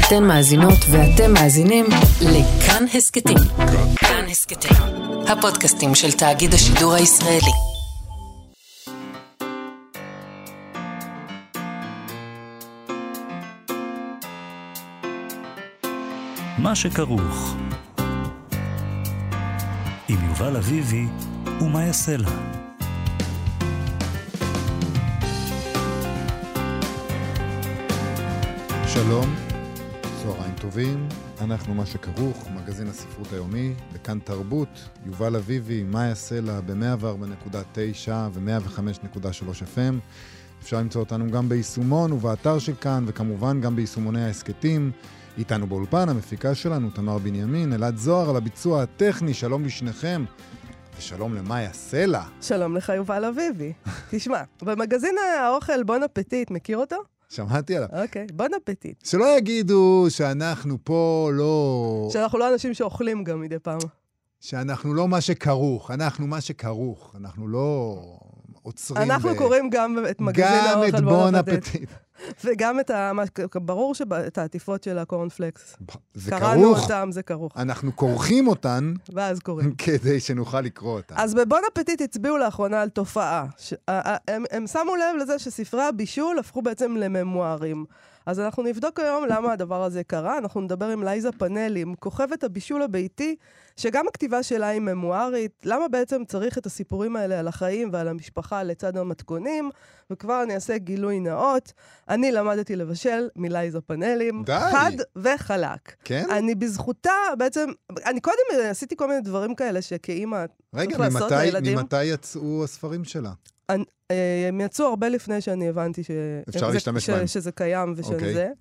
אתן מאזינות ואתם מאזינים לכאן הסקטים. כאן הסקטים, הפודקאסטים של תאגיד השידור הישראלי. מה שכרוך עם יובל אביבי ומה יעשה לה. שלום, צהריים טובים, אנחנו מה שכרוך, מגזין הספרות היומי, בכאן תרבות, יובל אביבי, מה יעשה לה ב-104.9 ו-105.3 FM. אפשר למצוא אותנו גם ביישומון ובאתר של כאן, וכמובן גם ביישומוני ההסקטים. איתנו באולפן, המפיקה שלנו, תמר בנימין, אלעד זוהר, על הביצוע הטכני, שלום לשניכם, ושלום למה יעשה לה. שלום לך יובל אביבי. תשמע, במגזין האוכל בון אפטיט, מכיר אותו? שמעתי עליו. אוקיי, בון אפטיט. שלא יגידו שאנחנו פה לא... שאנחנו לא אנשים שאוכלים גם מדי פעם. שאנחנו לא מה שכרוך, אנחנו מה שכרוך, אנחנו לא עוצרים... אנחנו קוראים גם את מגזין האוכל בון אפטיט. וגם ברור את העטיפות של הקורנפלקס. זה קראנו כרוך. אותם, זה כרוך. אנחנו כורכים אותן, ואז קוראים. כדי שנוכל לקרוא אותן. אז בבון אפטיט הצביעו לאחרונה על תופעה. הם שמו לב לזה שספרי הבישול הפכו בעצם לממוארים. אז אנחנו נבדוק היום למה הדבר הזה קרה. אנחנו נדבר עם לייזה פאנלים, כוכבת הבישול הביתי, שגם הכתיבה שלה היא ממוארית. למה בעצם צריך את הסיפורים האלה על החיים ועל המשפחה לצד המתכונים? וכבר אני אעשה גילוי נאות. אני למדתי לבשל מלייזה פאנלים. די. חד וחלק. כן? אני בזכותה בעצם, אני קודם עשיתי כל מיני דברים כאלה שכאימא צריך לעשות לילדים. ממתי יצאו הספרים שלה? הם יצאו הרבה לפני שאני הבנתי אפשר להשתמש בהם. שזה קיים ושזה זה.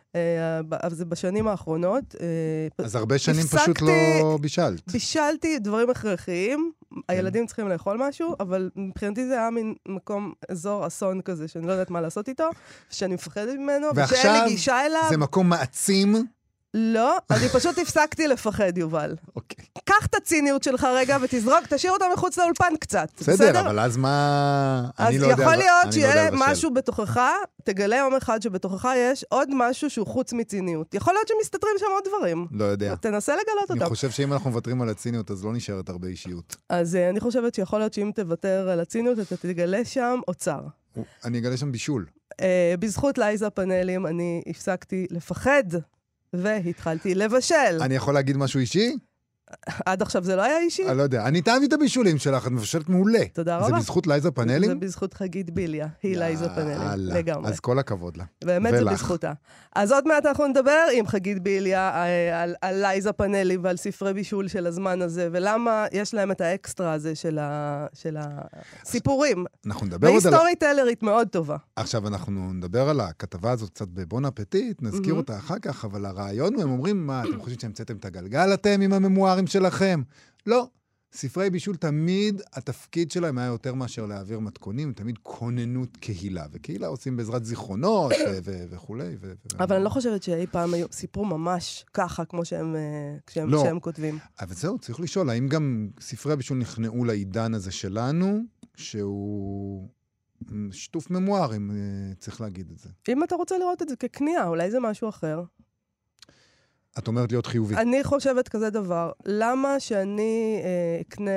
אבל זה בשנים האחרונות. אז הרבה שנים פשוט לא בישלת. בישלתי דברים הכרחיים, הילדים צריכים לאכול משהו, אבל מבחינתי זה היה מין מקום, אזור אסון כזה, שאני לא יודעת מה לעשות איתו, שאני מפחדת ממנו, ושאין לי גישה אליו. זה מקום מעצים? לא, אני פשוט הפסקתי לפחד, יובל. אוקיי. קח את הציניות שלך רגע ותזרוק, תשאיר אותה מחוץ לאולפן קצת. בסדר, אבל אז מה... אז יכול להיות שיהיה משהו בתוכך, תגלה יום אחד שבתוכך יש עוד משהו שהוא חוץ מציניות. יכול להיות שמסתתרים שם עוד דברים. לא יודע. תנסה לגלות אותם. אני חושב שאם אנחנו מוותרים על הציניות, אז לא נשארת הרבה אישיות. אז אני חושבת שיכול להיות שאם תוותר על הציניות, אתה תגלה שם אוצר. אני אגלה שם בישול. בזכות לייזה פאנלים, אני הפסקתי לפחד. והתחלתי לבשל. אני יכול להגיד משהו אישי? עד עכשיו זה לא היה אישי? אני לא יודע. אני טעמתי את הבישולים שלך, את מבשלת מעולה. תודה רבה. זה בזכות לייזה פאנלים? זה בזכות חגית ביליה. היא לייזה פאנלים. לגמרי. אז כל הכבוד לה. באמת זה בזכותה. אז עוד מעט אנחנו נדבר עם חגית ביליה על לייזה פאנלים ועל ספרי בישול של הזמן הזה, ולמה יש להם את האקסטרה הזה של הסיפורים. אנחנו נדבר עוד על... והיסטורי טלרית מאוד טובה. עכשיו אנחנו נדבר על הכתבה הזאת קצת בבון אפטיט, נזכיר אותה אחר כך, אבל הרעיון הם אומרים, מה, אתם חושבים שהמצאתם את הגלגל אתם עם הממוארים שלכם? לא. ספרי בישול תמיד, התפקיד שלהם היה יותר מאשר להעביר מתכונים, תמיד כוננות קהילה, וקהילה עושים בעזרת זיכרונות וכו'. אבל אני לא חושבת שאי פעם סיפרו ממש ככה, כמו שהם כותבים. אבל זהו, צריך לשאול, האם גם ספרי בישול נכנעו לעידן הזה שלנו, שהוא שטוף ממוארים, צריך להגיד את זה. אם אתה רוצה לראות את זה כקנייה, אולי זה משהו אחר. את אומרת להיות חיובי. אני חושבת כזה דבר. למה שאני אקנה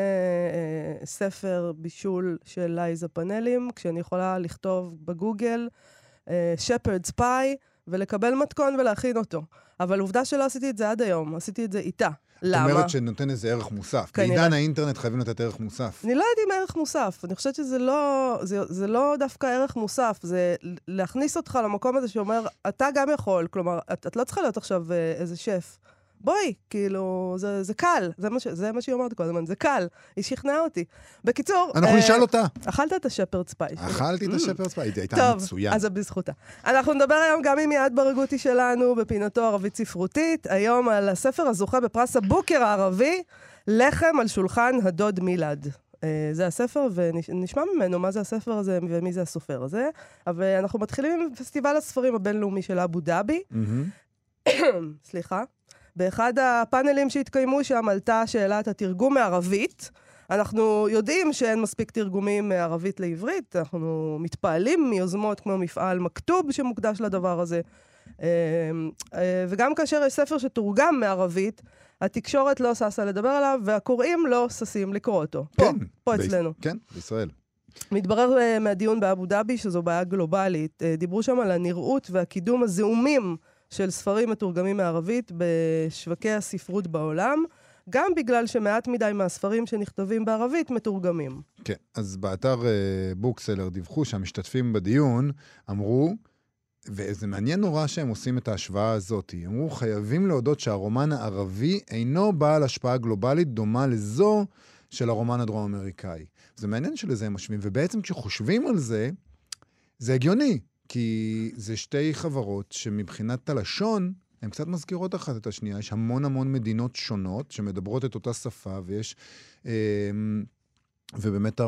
ספר בישול של לייזה פאנלים, כשאני יכולה לכתוב בגוגל Shepherd's Pie, ולקבל מתכון ולהכין אותו. אבל עובדה שלא עשיתי את זה עד היום, עשיתי את זה איתה. למה? את אומרת שנותן איזה ערך מוסף. בעידן האינטרנט חייבים לתת ערך מוסף. אני לא יודעת אם ערך מוסף. אני חושבת שזה לא דווקא ערך מוסף. זה להכניס אותך למקום הזה שאומר, אתה גם יכול. כלומר, את לא צריכה להיות עכשיו איזה שף. בואי, כאילו, זה קל. זה מה שהיא אומרת כל הזמן, זה קל. היא שכנעה אותי. בקיצור... אנחנו נשאל אותה. אכלת את השפרדס פאי. אכלתי את השפרדס פאי, זה הייתה מצוין. טוב, אז זה בזכותה. אנחנו נדבר היום גם עם יעד ברגותי שלנו, בפינתו ערבית ספרותית, היום על הספר הזוכה בפרס הבוקר הערבי, לחם על שולחן הדוד מילד. זה הספר, ונשמע ממנו מה זה הספר הזה ומי זה הסופר הזה. אבל אנחנו מתחילים עם פסטיבל הספרים הבינלאומי של אבו דאבי. סליחה. באחד הפאנלים שהתקיימו שם עלתה שאלת התרגום מערבית. אנחנו יודעים שאין מספיק תרגומים מערבית לעברית, אנחנו מתפעלים מיוזמות כמו מפעל מכתוב שמוקדש לדבר הזה. וגם כאשר יש ספר שתורגם מערבית, התקשורת לא ששה לדבר עליו, והקוראים לא ששים לקרוא אותו. פה אצלנו. כן, בישראל. מתברר מהדיון באבו דאבי, שזו בעיה גלובלית. דיברו שם על הנראות והקידום הזעומים של ספרים מתורגמים מערבית בשווקי הספרות בעולם, גם בגלל שמעט מדי מהספרים שנכתבים בערבית מתורגמים. כן, אז באתר בוקסלר דיווחו שהמשתתפים בדיון אמרו, וזה מעניין נורא שהם עושים את ההשוואה הזאת, אמרו, חייבים להודות שהרומן הערבי אינו בעל השפעה גלובלית דומה לזו של הרומן הדרום-אמריקאי. זה מעניין שלזה הם משווים, ובעצם כשחושבים על זה, זה הגיוני, כי זה שתי חברות שמבחינת הלשון, הן קצת מזכירות אחת את השנייה, יש המון מדינות שונות שמדברות את אותה שפה, ויש, ובאמת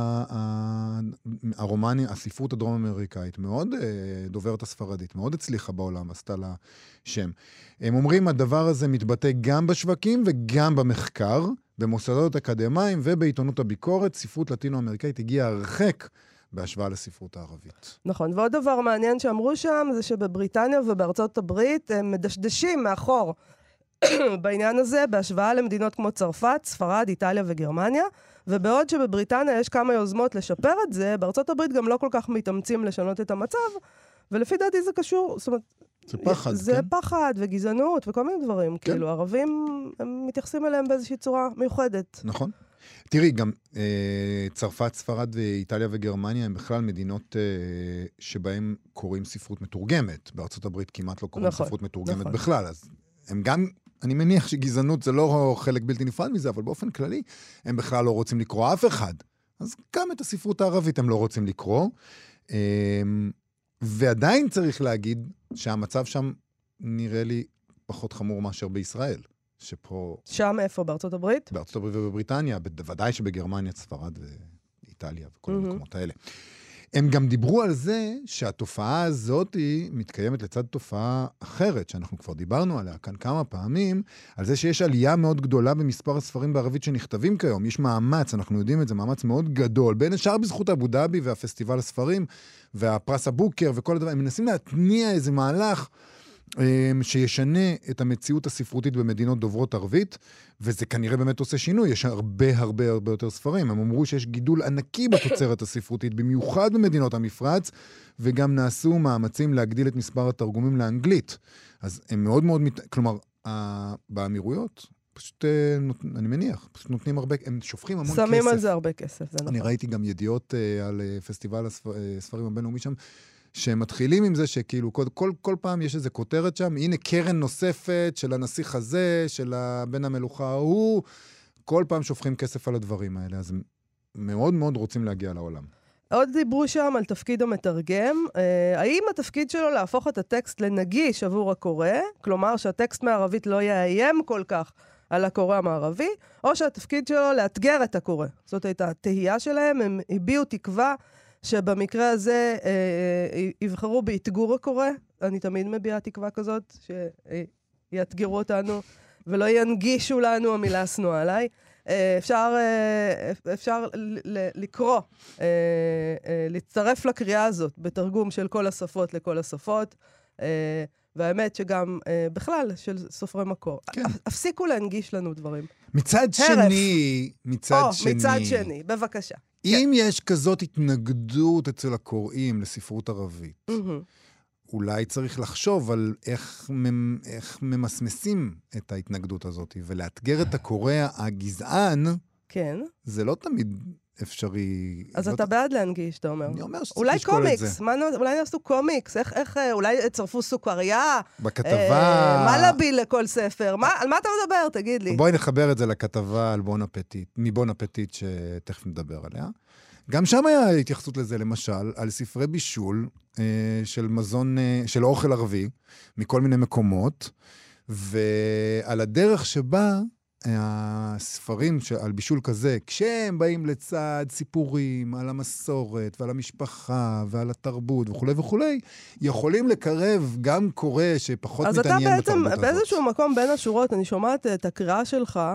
הספרות הדרום-אמריקאית, מאוד דוברת הספרדית, מאוד הצליחה בעולם, עשתה לה שם. הם אומרים, הדבר הזה מתבטא גם בשווקים וגם במחקר, במוסדות אקדמיים ובעיתונות הביקורת, ספרות לטינו-אמריקאית הגיעה הרחק בהשוואה לספרות הערבית. נכון, ועוד דבר מעניין שאמרו שם, זה שבבריטניה ובארצות הברית הם מדשדשים מאחור בעניין הזה, בהשוואה למדינות כמו צרפת, ספרד, איטליה וגרמניה, ובעוד שבבריטניה יש כמה יוזמות לשפר את זה, בארצות הברית גם לא כל כך מתאמצים לשנות את המצב, ולפי דעתי זה קשור, זאת אומרת, זה פחד, זה כן? פחד וגזענות וכל מיני דברים, כן. כאילו, ערבים, הם מתייחסים אליהם באיזושהי צורה מיוחדת. נכון. תראי, גם צרפת, ספרד ואיטליה וגרמניה הם בכלל מדינות שבהם קוראים ספרות מתורגמת. בארצות הברית כמעט לא קוראים נכון, ספרות מתורגמת נכון. בכלל, אז הם גם, אני מניח שגזענות זה לא חלק בלתי נפרד מזה, אבל באופן כללי הם בכלל לא רוצים לקרוא אף אחד. אז גם את הספרות הערבית הם לא רוצים לקרוא. ועדיין צריך להגיד שהמצב שם נראה לי פחות חמור מאשר בישראל. שפה... שם איפה? בארצות הברית? בארצות הברית ובבריטניה, בוודאי שבגרמניה, ספרד ואיטליה וכל המקומות האלה. הם גם דיברו על זה שהתופעה הזאת מתקיימת לצד תופעה אחרת, שאנחנו כבר דיברנו עליה כאן כמה פעמים, על זה שיש עלייה מאוד גדולה במספר הספרים בערבית שנכתבים כיום. יש מאמץ, אנחנו יודעים את זה, מאמץ מאוד גדול, בין השאר בזכות אבו דאבי והפסטיבל הספרים, והפרס הבוקר וכל הדבר. הם מנסים להתניע איזה מהלך שישנה את המציאות הספרותית במדינות דוברות ערבית, וזה כנראה באמת עושה שינוי, יש הרבה יותר ספרים. הם אמרו שיש גידול ענקי בתוצרת הספרותית, במיוחד במדינות המפרץ, וגם נעשו מאמצים להגדיל את מספר התרגומים לאנגלית. אז הם מאוד, כלומר, באמירויות, פשוט, אני מניח, פשוט נותנים הרבה, הם שופכים המון כסף. שמים על זה הרבה כסף, זה נכון. אני ראיתי גם ידיעות על פסטיבל הספרים הבינלאומי שם, שהם מתחילים עם זה שכאילו כל פעם יש איזו כותרת שם, הנה קרן נוספת של הנסיך הזה, של בן המלוכה ההוא, כל פעם שופכים כסף על הדברים האלה, אז הם מאוד רוצים להגיע לעולם. עוד דיברו שם על תפקיד המתרגם, האם התפקיד שלו להפוך את הטקסט לנגיש עבור הקורא, כלומר שהטקסט מערבית לא יאיים כל כך על הקורא המערבי, או שהתפקיד שלו לאתגר את הקורא. זאת הייתה התהייה שלהם, הם הביעו תקווה, שבמקרה הזה יבחרו באתגור הקורא. אני תמיד מביעה תקווה כזאת, שיאתגרו אותנו, ולא ינגישו לנו, המילה שנואה עליי. אפשר לקרוא, להצטרף לקריאה הזאת, בתרגום של כל השפות לכל השפות, והאמת שגם בכלל של סופרי מקור. כן. הפסיקו להנגיש לנו דברים. מצד שני, בבקשה. אם יש כזאת התנגדות אצל הקוראים לספרות ערבית, אולי צריך לחשוב על איך ממסמסים את ההתנגדות הזאת, ולאתגר את הקורא הגזען, כן. זה לא תמיד אפשרי. אז אתה בעד להנגיש, אתה אומר. אני אומר שצריך אולי לשקול את זה. קומיקס, אולי יעשו קומיקס, אולי צרפו סוכריה, בכתבה... מה לביל לכל ספר? על מה אתה מדבר? תגיד לי. בואי נחבר את זה לכתבה על בון אפטיט, מבון אפטיט שתכף נדבר עליה. גם שם היה התייחסות לזה, למשל, על ספרי בישול של מזון, של אוכל ערבי, מכל מיני מקומות, ועל הדרך שבה הספרים על בישול כזה, כשהם באים לצד סיפורים על המסורת ועל המשפחה ועל התרבות וכו', יכולים לקרב גם קורא שפחות מתעניין בתרבות הזאת. אז אתה בעצם באיזשהו מקום בין השורות, אני שומעת את הקריאה שלך,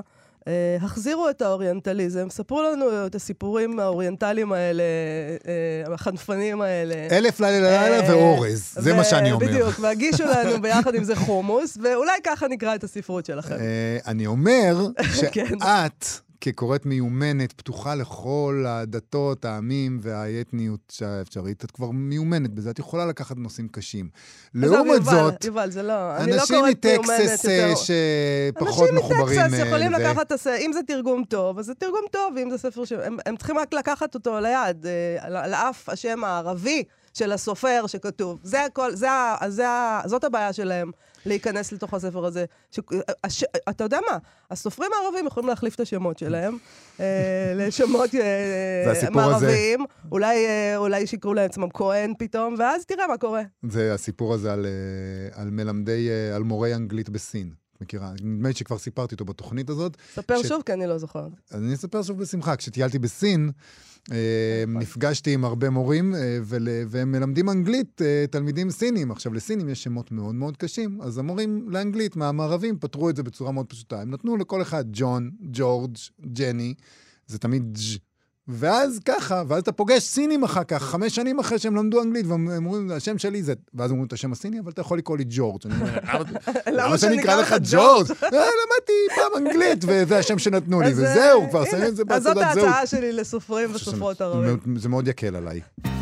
החזירו את האוריינטליזם, ספרו לנו את הסיפורים האוריינטליים האלה, החנפנים האלה. 1000 לילה ואורז, זה מה שאני אומר. בדיוק, והגישו לנו ביחד עם זה חומוס, ואולי ככה נקרא את הספרות שלכם. אני אומר שאת, כקוראת מיומנת, פתוחה לכל הדתות, העמים והאתניות שהאפשרית, את כבר מיומנת בזה, את יכולה לקחת נושאים קשים. לעומת זאת, יובל, זה לא, אני לא אנשים קוראת מיומנת מטקסס שפחות מחוברים. אנשים מטקסס יכולים לקחת, אם זה תרגום טוב, אז זה תרגום טוב, ואם זה ספר הם צריכים רק לקחת אותו ליד, על אף השם הערבי של הסופר שכתוב. זאת הבעיה שלהם. להיכנס לתוך הספר הזה. אתה יודע מה? הסופרים הערבים יכולים להחליף את השמות שלהם, לשמות מערביים, אולי שיקראו לעצמם כהן פתאום, ואז תראה מה קורה. זה הסיפור הזה על מורי אנגלית בסין. מכירה? נדמה לי שכבר סיפרתי אותו בתוכנית הזאת. ספר שוב, כי אני לא זוכרת. אז אני אספר שוב בשמחה. כשטיילתי בסין, נפגשתי עם הרבה מורים, והם מלמדים אנגלית תלמידים סינים. עכשיו, לסינים יש שמות מאוד מאוד קשים, אז המורים לאנגלית מהמערבים פתרו את זה בצורה מאוד פשוטה. הם נתנו לכל אחד ג'ון, ג'ורג', ג'ני, זה תמיד ג'. ואז ככה, ואז אתה פוגש סינים אחר כך, 5 שנים אחרי שהם למדו אנגלית, והם אומרים, השם שלי זה, ואז אומרים את השם הסיני, אבל אתה יכול לקרוא לי ג'ורג'. למה שאני אקרא לך ג'ורג'? למדתי פעם אנגלית, וזה השם שנתנו לי, וזהו, כבר שמים את זה אז זאת ההצעה שלי לסופרים וסופרות ערבים. זה מאוד יקל עליי.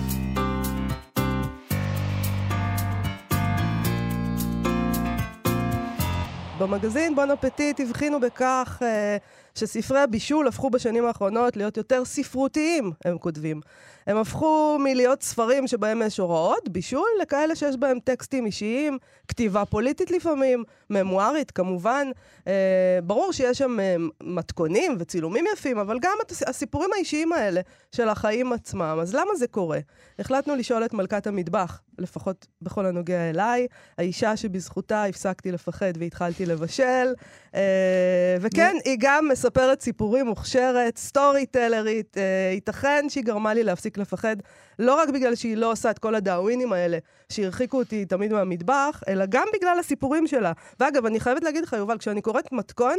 במגזין בון אפטיט הבחינו בכך שספרי הבישול הפכו בשנים האחרונות להיות יותר ספרותיים, הם כותבים. הם הפכו מלהיות ספרים שבהם יש הוראות, בישול, לכאלה שיש בהם טקסטים אישיים, כתיבה פוליטית לפעמים, ממוארית כמובן. ברור שיש שם מתכונים וצילומים יפים, אבל גם הסיפורים האישיים האלה של החיים עצמם. אז למה זה קורה? החלטנו לשאול את מלכת המטבח, לפחות בכל הנוגע אליי, האישה שבזכותה הפסקתי לפחד והתחלתי לבשל, וכן, היא גם מספרת סיפורים מוכשרת, סטורי טלרית, ייתכן שהיא גרמה לי להפסיק לפחד, לא רק בגלל שהיא לא עושה את כל הדאווינים האלה, שהרחיקו אותי תמיד מהמטבח, אלא גם בגלל הסיפורים שלה. ואגב, אני חייבת להגיד לך, יובל, כשאני קוראת מתכון,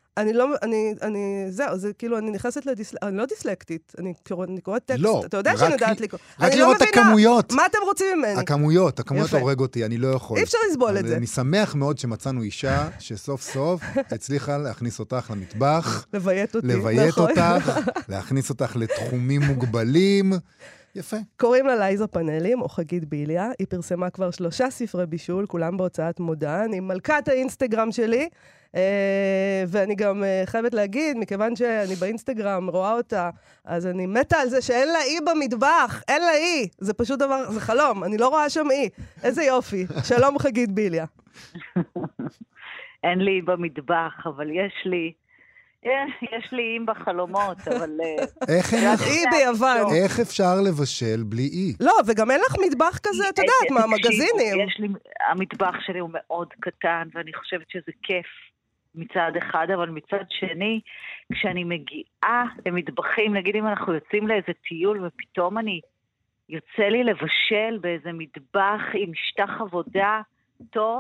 זה כאילו, אני נכנסת אני לא דיסלקטית, אני קוראת טקסט, אתה יודע שאני יודעת לקרוא. רק לראות את הכמויות. מה אתם רוצים ממני? הכמויות הורג אותי, אני לא יכול. אי אפשר לסבול את זה. אני שמח מאוד שמצאנו אישה שסוף סוף הצליחה להכניס אותך למטבח, לביית אותך, להכניס אותך לתחומים מוגבלים. יפה. קוראים לה לייזה פאנלים, או חגית ביליה. היא פרסמה כבר 3 ספרי בישול, כולם בהוצאת מודן, עם מלכת האינסטגרם שלי. ואני גם חייבת להגיד, מכיוון שאני באינסטגרם רואה אותה, אז אני מתה על זה שאין לה אי במטבח, אין לה אי. זה פשוט דבר, זה חלום, אני לא רואה שם אי. איזה יופי. שלום חגית ביליה. אין לי אי במטבח, אבל יש לי איים בחלומות, אבל... אי ביוון. איך אפשר לבשל בלי אי? לא, וגם אין לך מטבח כזה, אתה יודעת, מהמגזינים. המטבח שלי הוא מאוד קטן, ואני חושבת שזה כיף מצד אחד, אבל מצד שני, כשאני מגיעה למטבחים, נגיד אם אנחנו יוצאים לאיזה טיול, ופתאום יוצא לי לבשל באיזה מטבח עם משטח עבודה טוב,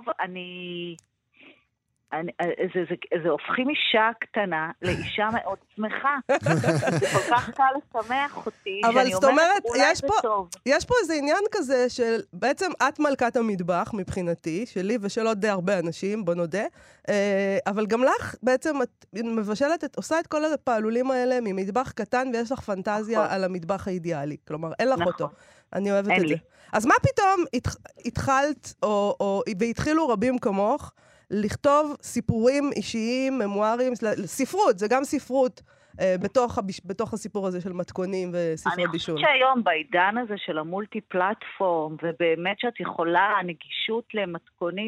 זה הופכים אישה קטנה לאישה מאוד שמחה. זה כל כך קל לשמח אותי, שאני אומרת, אולי זה טוב. יש פה איזה עניין כזה של, בעצם את מלכת המטבח מבחינתי, שלי ושל עוד די הרבה אנשים, בוא נודה, אבל גם לך בעצם את מבשלת, את עושה את כל הפעלולים האלה ממטבח קטן, ויש לך פנטזיה על המטבח האידיאלי. כלומר, אין לך אותו. אני אוהבת את זה. אז מה פתאום התחלת, והתחילו רבים כמוך, לכתוב סיפורים אישיים, ממוארים, ספרות, זה גם ספרות בתוך הסיפור הזה של מתכונים וספרי בישול. אני חושבת שהיום בעידן הזה של המולטי פלטפורם, ובאמת שאת יכולה, הנגישות למתכונים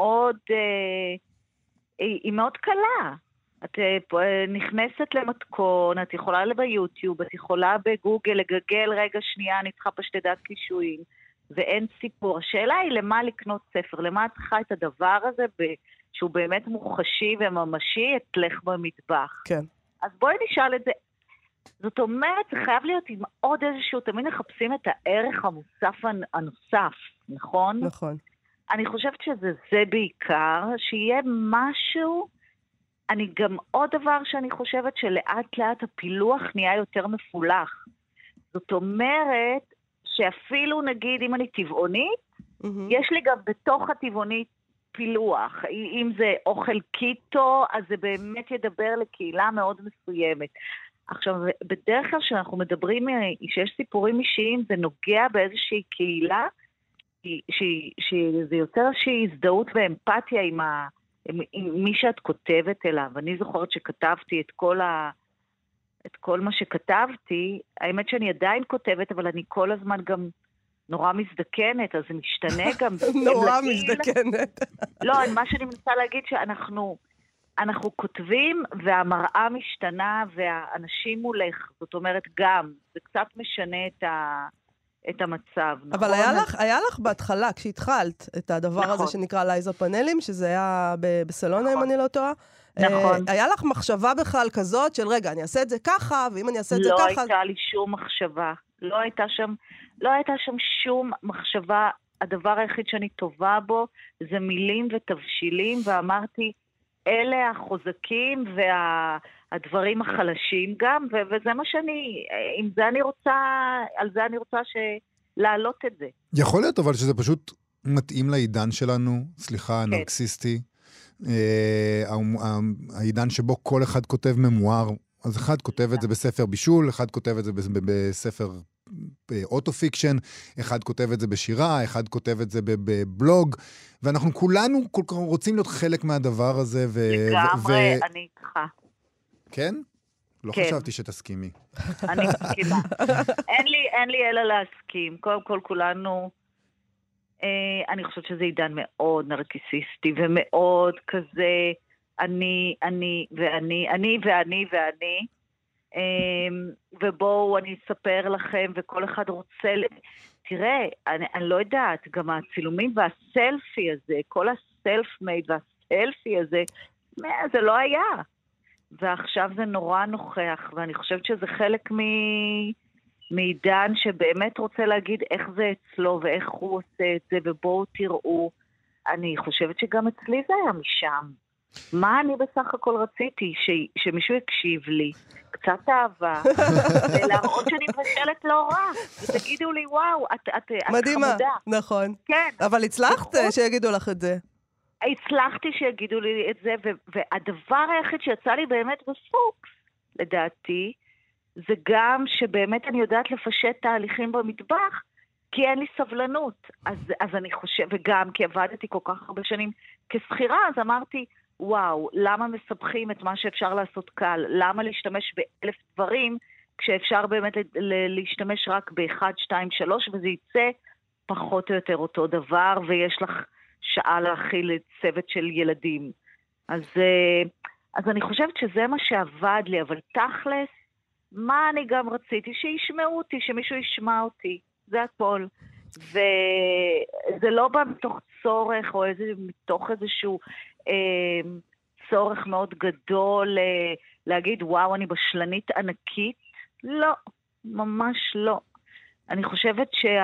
היא מאוד קלה. את נכנסת למתכון, את יכולה ביוטיוב, את יכולה בגוגל לגגל, רגע שנייה, אני צריכה פשטדת קישואים. ואין סיפור. השאלה היא למה לקנות ספר, למה את צריכה את הדבר הזה שהוא באמת מוחשי וממשי, אצלך במטבח. כן. אז בואי נשאל את זה. זאת אומרת, זה חייב להיות עם עוד איזשהו, תמיד מחפשים את הערך המוסף הנוסף, נכון? נכון. אני חושבת שזה בעיקר, שיהיה משהו אני גם עוד דבר שאני חושבת שלאט לאט הפילוח נהיה יותר מפולח. זאת אומרת שאפילו נגיד אם אני טבעונית, יש לי גם בתוך הטבעונית פילוח. אם זה אוכל קיטו, אז זה באמת ידבר לקהילה מאוד מסוימת. עכשיו, בדרך כלל שאנחנו מדברים, שיש סיפורים אישיים, זה נוגע באיזושהי קהילה, שזה יוצר איזושהי הזדהות ואמפתיה עם מי שאת כותבת אליו. אני זוכרת שכתבתי את כל מה שכתבתי, האמת שאני עדיין כותבת, אבל אני כל הזמן גם נורא מזדקנת, אז זה משתנה גם. נורא מזדקנת. לא, מה שאני מנסה להגיד שאנחנו כותבים והמראה משתנה והאנשים מולך, זאת אומרת גם, זה קצת משנה את המצב. אבל היה לך בהתחלה, כשהתחלת את הדבר הזה שנקרא לייזר פאנלים, שזה היה בסלונה, אם אני לא טועה. נכון. היה לך מחשבה בכלל כזאת של רגע, אני אעשה את זה ככה, ואם אני אעשה את זה ככה... לא הייתה לי שום מחשבה. לא הייתה שם שום מחשבה. הדבר היחיד שאני טובה בו זה מילים ותבשילים, ואמרתי, אלה החוזקים והדברים החלשים גם, וזה מה שאני, עם זה אני רוצה, על זה אני רוצה להעלות את זה. יכול להיות אבל שזה פשוט מתאים לעידן שלנו, סליחה, נרקסיסטי, העידן שבו כל אחד כותב ממואר, אז אחד כותב את זה בספר בישול, אחד כותב את זה בספר אוטו-פיקשן, אחד כותב את זה בשירה, אחד כותב את זה בבלוג, ואנחנו כולנו רוצים להיות חלק מהדבר הזה. לגמרי, אני איתך. כן? לא חשבתי שתסכימי. אני מסכימה. אין לי אלא להסכים. קודם כל כולנו, אני חושבת שזה עידן מאוד נרקיסיסטי, ומאוד כזה, אני, ובואו אני אספר לכם, וכל אחד רוצה, תראה, אני לא יודעת, גם הצילומים והסלפי הזה, כל הסלף-מייד והסלפי הזה, זה לא היה. ועכשיו זה נורא נוכח, ואני חושבת שזה חלק מעידן שבאמת רוצה להגיד איך זה אצלו, ואיך הוא עושה את זה, ובואו תראו. אני חושבת שגם אצלי זה היה משם. מה אני בסך הכל רציתי? שמישהו יקשיב לי, קצת אהבה, להראות שאני מבשלת לא רע, ותגידו לי, וואו, את מדהימה, חמודה. נכון. כן. אבל הצלחת שיגידו לך את זה. הצלחתי שיגידו לי את זה, והדבר היחיד שיצא לי באמת בפוקס, לדעתי, זה גם שבאמת אני יודעת לפשט תהליכים במטבח, כי אין לי סבלנות. אז אני חושב, וגם כי עבדתי כל כך הרבה שנים כשכירה, אז אמרתי, וואו, למה מסבכים את מה שאפשר לעשות קל? למה להשתמש ב1,000 דברים, כשאפשר באמת להשתמש רק ב1, 2, 3, וזה יצא פחות או יותר אותו דבר, ויש לך שעה להכיל צוות של ילדים. אז אני חושבת שזה מה שעבד לי, אבל תכלס, מה אני גם רציתי? שישמעו אותי, שמישהו ישמע אותי. זה הכל. וזה לא בא מתוך צורך, או מתוך איזשהו צורך מאוד גדול, להגיד, וואו, אני בשלנית ענקית. לא, ממש לא. אני חושבת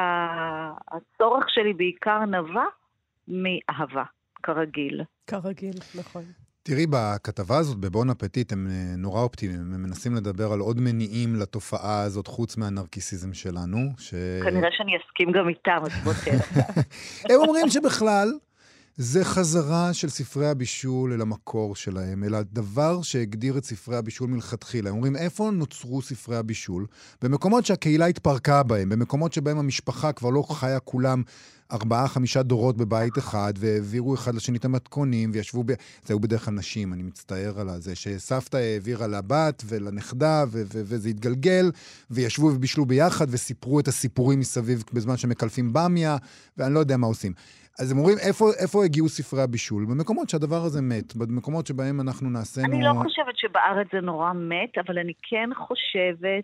שהצורך שלי בעיקר נבע מאהבה, כרגיל. כרגיל, נכון. תראי, בכתבה הזאת, בבון אפטיט, הם נורא אופטימיים, הם מנסים לדבר על עוד מניעים לתופעה הזאת, חוץ מהנרקיסיזם שלנו. כנראה שאני אסכים גם איתם, אז בוא תראה. הם אומרים שבכלל, זה חזרה של ספרי הבישול אל המקור שלהם, אל הדבר שהגדיר את ספרי הבישול מלכתחילה. הם אומרים, איפה נוצרו ספרי הבישול? במקומות שהקהילה התפרקה בהם, במקומות שבהם המשפחה כבר לא חיה כולם 4-5 דורות בבית אחד, והעבירו אחד לשני את המתכונים, וישבו זהו בדרך כלל נשים, אני מצטער על זה, שסבתא העבירה לבת ולנכדה, וזה התגלגל, וישבו ובישלו ביחד, וסיפרו את הסיפורים מסביב בזמן שמקלפים במיה, ואני לא יודע מה עושים. אז הם אומרים, איפה הגיעו ספרי הבישול? במקומות שהדבר הזה מת, במקומות שבהם אנחנו נעשינו... אני לא חושבת שבארץ זה נורא מת, אבל אני כן חושבת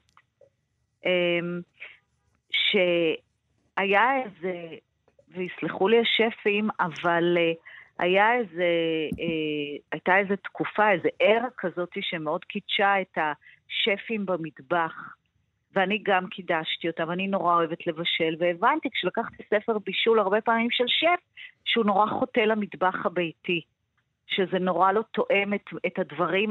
שהיה איזה, ויסלחו לי השפים, אבל הייתה איזו תקופה, איזו ערה כזאת שמאוד קידשה את השפים במטבח. ואני גם קידשתי אותה, ואני נורא אוהבת לבשל, והבנתי כשלקחתי ספר בישול הרבה פעמים של שף, שהוא נורא חוטא למטבח הביתי. שזה נורא לא תואם את הדברים,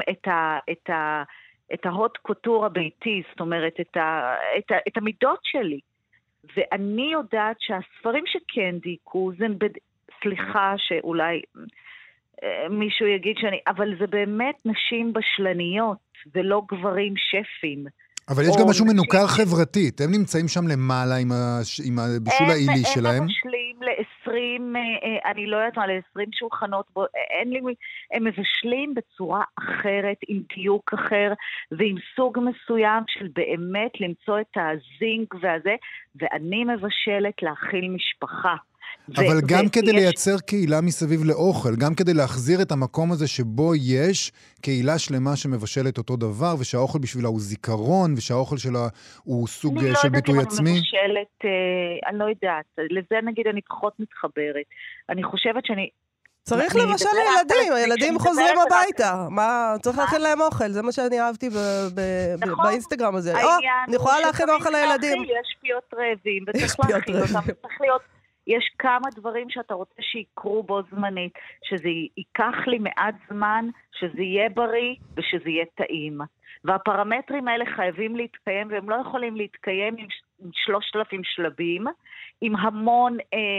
את ההוט קוטור הביתי, זאת אומרת, את המידות שלי. ואני יודעת שהספרים שכן דייקו, זה סליחה שאולי מישהו יגיד אבל זה באמת נשים בשלניות, ולא גברים שפים. אבל יש גם משהו מנוכר חברתית, הם נמצאים שם למעלה עם הבישול העילי שלהם. הם מבשלים ל-20, אני לא יודעת מה, ל-20 שולחנות, הם מבשלים בצורה אחרת, עם דיוק אחר, ועם סוג מסוים של באמת למצוא את הזינק והזה, ואני מבשלת להכיל משפחה. אבל גם כדי לייצר קהילה מסביב לאוכל, גם כדי להחזיר את המקום הזה שבו יש קהילה שלמה שמבשלת אותו דבר, ושהאוכל בשבילה הוא זיכרון, ושהאוכל שלה הוא סוג של ביטוי עצמי. אני לא יודעת, לזה נגיד אני פחות מתחברת. אני חושבת שאני... צריך למשל לילדים, הילדים חוזרים הביתה. מה, צריך להכין להם אוכל, זה מה שאני אהבתי באינסטגרם הזה. אני יכולה להכין אוכל לילדים. יש פיות רעבים, וצריך להכין אותם, צריך להיות... יש כמה דברים שאתה רוצה שיקרו בו זמנית, שזה ייקח לי מעט זמן, שזה יהיה בריא ושזה יהיה טעים. והפרמטרים האלה חייבים להתקיים, והם לא יכולים להתקיים עם 3,000 שלבים, עם המון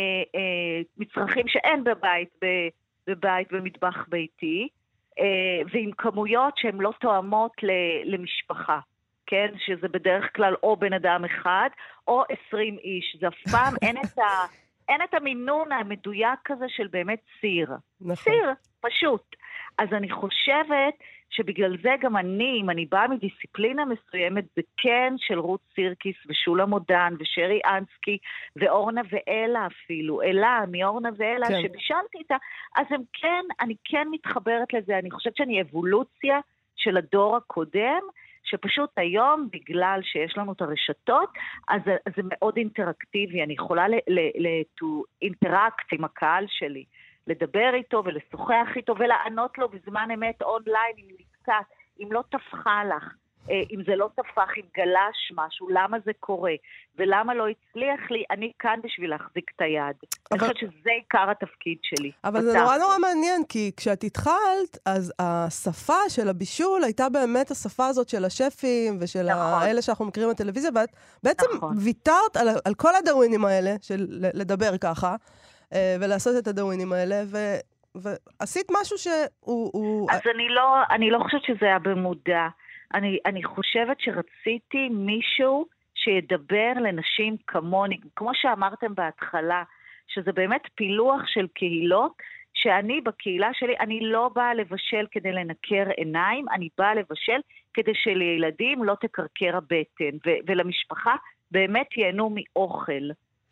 מצרכים שאין בבית במטבח ביתי, ועם כמויות שהן לא תואמות למשפחה. כן? שזה בדרך כלל או בן אדם אחד, או 20 איש. זה אף פעם אין את המינון המדויק כזה של באמת סיר. נכון. סיר, פשוט. אז אני חושבת שבגלל זה גם אם אני באה מדיסציפלינה מסוימת, זה כן של רות סירקיס ושולה מודן ושרי אנסקי ואורנה ואלה אפילו, אלה מאורנה ואלה כן. שבישלתי איתה, אז אני כן מתחברת לזה, אני חושבת שאני אבולוציה של הדור הקודם, שפשוט היום, בגלל שיש לנו את הרשתות, אז זה מאוד אינטראקטיבי. אני יכולה אינטראקט עם הקהל שלי, לדבר איתו ולשוחח איתו, ולענות לו בזמן אמת אונליין, אם נתקעת, אם לא תפחה לך, אם זה לא תפח, אם גלש משהו, למה זה קורה, ולמה לא הצליח לי, אני כאן בשביל להחזיק את היד. אני חושבת שזה עיקר התפקיד שלי. אבל זה נורא נורא מעניין, כי כשאת התחלת, אז השפה של הבישול הייתה באמת השפה הזאת של השפים, ושל האלה שאנחנו מכירים בטלוויזיה, ואת בעצם ויתרת על כל הדרווינים האלה, של לדבר ככה, ולעשות את הדרווינים האלה, ועשית משהו שהוא... אז אני לא חושבת שזה היה במודע. אני חושבת שרציתי מישהו שידבר לנשים כמוני, כמו שאמרתם בהתחלה, שזה באמת פילוח של קהילות, שאני בקהילה שלי, אני לא באה לבשל כדי לנקר עיניים, אני באה לבשל כדי שלילדים לא תקרקר הבטן, ולמשפחה באמת ייהנו מאוכל.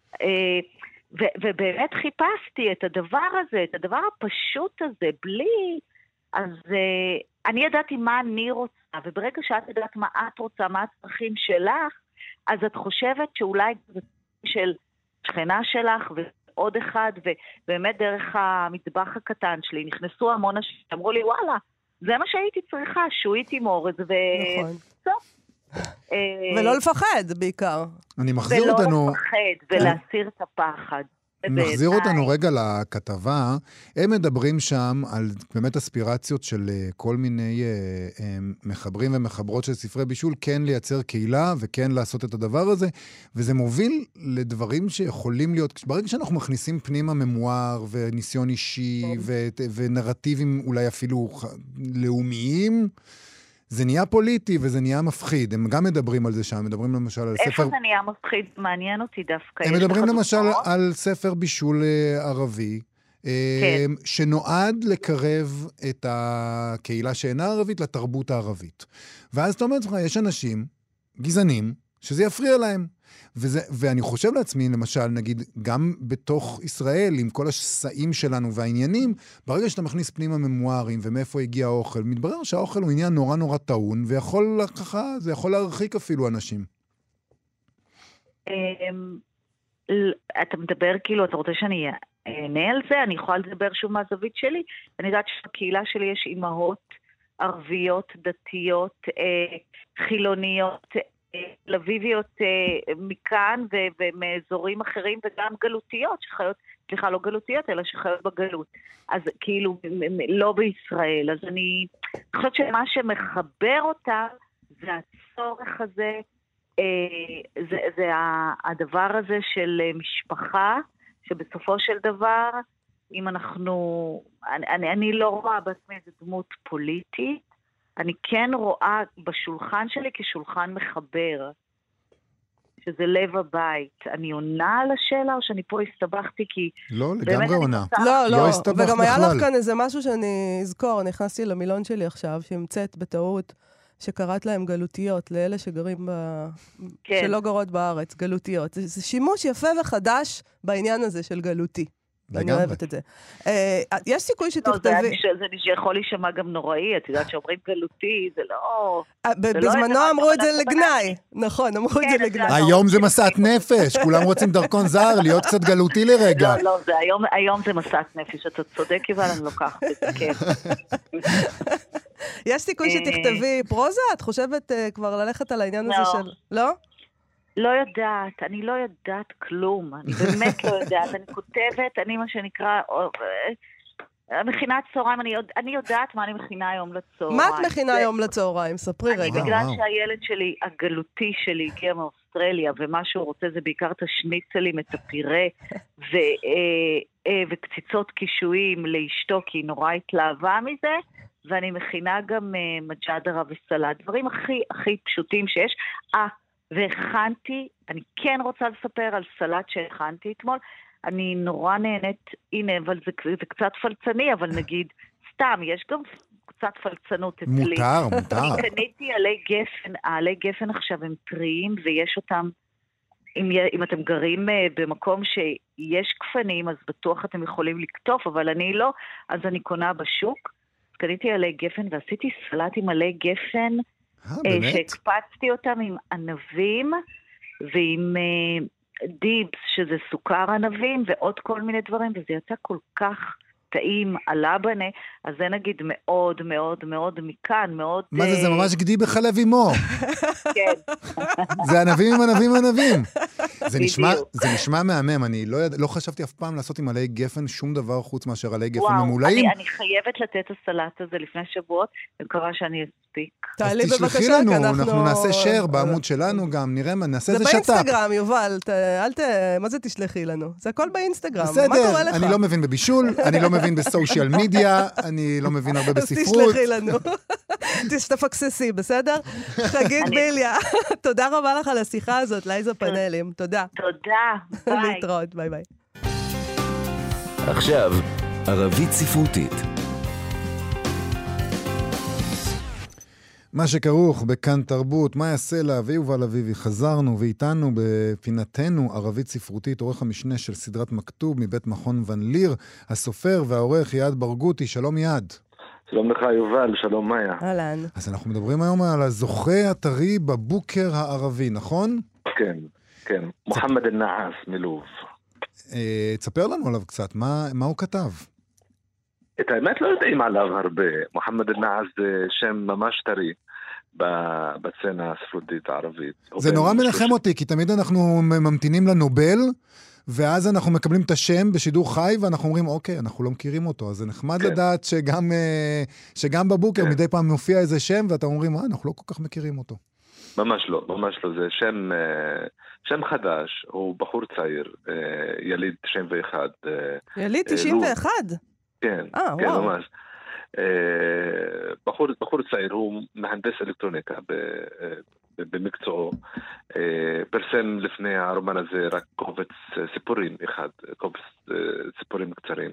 ובאמת חיפשתי את הדבר הזה, את הדבר הפשוט הזה, בלי... אז אני ידעתי מה אני רוצה, וברגע שאת ידעת מה את רוצה, מה הצרכים שלך, אז את חושבת שאולי זה של שכנה שלך ועוד אחד, ובאמת דרך המטבח הקטן שלי נכנסו המון אנשים, אמרו לי וואלה, זה מה שהייתי צריכה, שועית עם אורז, ולא לפחד בעיקר. אני מחזיר אותנו... ולא לפחד, ולהסיר את הפחד. נחזיר אותנו רגע לכתבה, הם מדברים שם על באמת אספירציות של כל מיני מחברים ומחברות של ספרי בישול, כן לייצר קהילה וכן לעשות את הדבר הזה, וזה מוביל לדברים שיכולים להיות, ברגע שאנחנו מכניסים פנימה ממואר וניסיון אישי ונרטיבים אולי אפילו לאומיים, זה נהיה פוליטי וזה נהיה מפחיד. הם גם מדברים על זה שם, מדברים למשל על ספר... איפה זה נהיה מפחיד? מעניין אותי דווקא. הם מדברים למשל על ספר בישול ערבי, שנועד לקרב את הקהילה שאינה ערבית לתרבות הערבית. ואז אתה אומר לך, יש אנשים גזענים שזה יפריע להם. ואני חושב לעצמי, למשל, נגיד, גם בתוך ישראל, עם כל השסעים שלנו והעניינים, ברגע שאתה מכניס פנימה ממוארים ומאיפה הגיע האוכל, מתברר שהאוכל הוא עניין נורא נורא טעון, ויכול ככה, זה יכול להרחיק אפילו אנשים. אתה מדבר כאילו, אתה רוצה שאני אענה על זה? אני יכולה לדבר שוב מהזווית שלי. אני יודעת שבקהילה שלי יש אימהות ערביות, דתיות, חילוניות, לביביות מכאן ומאזורים אחרים וגם גלותיות שחיות סליחה, לא גלותיות, אלא שחיות בגלות. אז כאילו, לא בישראל. אז אני חושבת שמה שמחבר אותה, זה הצורך הזה, זה הדבר הזה של משפחה, שבסופו של דבר, אם אני לא רואה בעצמי איזו דמות פוליטית, אני כן רואה בשולחן שלי כשולחן מחבר, שזה לב הבית. אני עונה על השאלה, או שאני פה הסתבכתי, כי... לא, לגמרי עונה. לא, הסתבכת וגם היה בכלל. לך כאן איזה משהו שאני אזכור, נכנסתי למילון שלי עכשיו, שהמצאת בטעות, שקראת להם גלותיות, לאלה שגרים שלא גרות בארץ, גלותיות. זה שימוש יפה וחדש בעניין הזה של גלותי. אני אוהבת את זה. יש סיכוי שתכתבי... זה יכול להישמע גם נוראי, את יודעת שאומרים גלותי, זה לא... בזמנו אמרו את זה לגנאי. נכון, אמרו את זה לגנאי. היום זה מסעת נפש, כולם רוצים דרכון זר, להיות קצת גלותי לרגע. לא, היום זה מסעת נפש, אתה צודק, אבל אני לוקחת את זה, כן. יש סיכוי שתכתבי פרוזה? את חושבת כבר ללכת על העניין הזה של... לא? לא יודעת, אני לא יודעת כלום, אני באמת לא יודעת, אני כותבת, אני מה שנקרא, מכינת צהריים, אני יודעת מה אני מכינה היום לצהריים. מה את מכינה היום לצהריים? ספרי רגע. בגלל שהילד שלי, הגלותי שלי, הגיע מאוסטרליה, ומה שהוא רוצה זה בעיקר את השניצלים, את הפירה, וקציצות קישואים לאשתו, כי היא נורא התלהבה מזה, ואני מכינה גם מג'דרה וסלט, דברים הכי פשוטים שיש. והכנתי, אני כן רוצה לספר על סלט שהכנתי אתמול, אני נורא נהנית, הנה, אבל זה קצת פלצני, אבל נגיד, סתם, יש גם קצת פלצנות אצלי. מותר. אני קניתי עלי גפן עכשיו הם טריים, ויש אותם, אם אתם גרים במקום שיש גפנים, אז בטוח אתם יכולים לקטוף, אבל אני לא, אז אני קונה בשוק, קניתי עלי גפן, ועשיתי סלט עם עלי גפן, שהקפצתי אותם עם ענבים ועם דיבס, שזה סוכר ענבים ועוד כל מיני דברים, וזה יצא כל כך טעים על הבנה, אז זה נגיד מאוד מאוד מאוד מכאן, מאוד... מה זה? זה ממש גדי בחלב אימו. כן. זה ענבים עם ענבים. זה נשמע מהמם, אני לא חשבתי אף פעם לעשות עם עלי גפן שום דבר חוץ מאשר עלי גפן ממולאים. אני חייבת לתת את הסלט הזה לפני שבועות, ומקווה שאני אספיק. אז תשלחי לנו, אנחנו נעשה שייר בעמוד שלנו גם, נראה מה, נעשה איזה שטאפ. זה באינסטגרם, יובל, מה זה תשלחי לנו? זה הכל באינסטגרם, מה קורה לך? אני לא מבין בבישול, אני לא מבין בסושיאל מדיה, אני לא מבין הרבה בספרות. אז תשלחי לנו. תפקססי, בסדר? חגית ביליה, תודה רבה לך על השיחה הזאת, לייזה פאנלים. תודה. תודה, ביי. להתראות, ביי ביי. עכשיו, ערבית ספרותית. מה שכרוך בכאן תרבות, מה יעשה לה ויובל אביבי, חזרנו ואיתנו בפינתנו ערבית ספרותית, עורך המשנה של סדרת מכתוב מבית מכון ון ליר, הסופר והעורך יעד ברגותי, שלום יעד. שלום לך יובל, שלום מאיה. אהלן. אז אנחנו מדברים היום על הזוכה הטרי בבוקר הערבי, נכון? כן, מוחמד אל-נעאס מלוב. תספר לנו עליו קצת, מה הוא כתב? את האמת לא יודעים עליו הרבה. מוחמד אל-נעאס זה שם ממש טרי בצנה הספרותית הערבית. זה נורא מנחם אותי, כי תמיד אנחנו ממתינים לנובל, ואז אנחנו מקבלים את השם בשידור חי, ואנחנו אומרים, אוקיי, אנחנו לא מכירים אותו. אז זה נחמד לדעת שגם בבוקר מדי פעם מופיע איזה שם, ואתם אומרים, אנחנו לא כל כך מכירים אותו. ממש לא. זה שם חדש, הוא בחור צעיר, יליד 91. יליד 91? כן, ממש. בחור צעיר, הוא מהנדס אלקטרוניקה במקצועו. פרסם לפני הרומן הזה רק קובץ סיפורים אחד, קובץ סיפורים קצרים.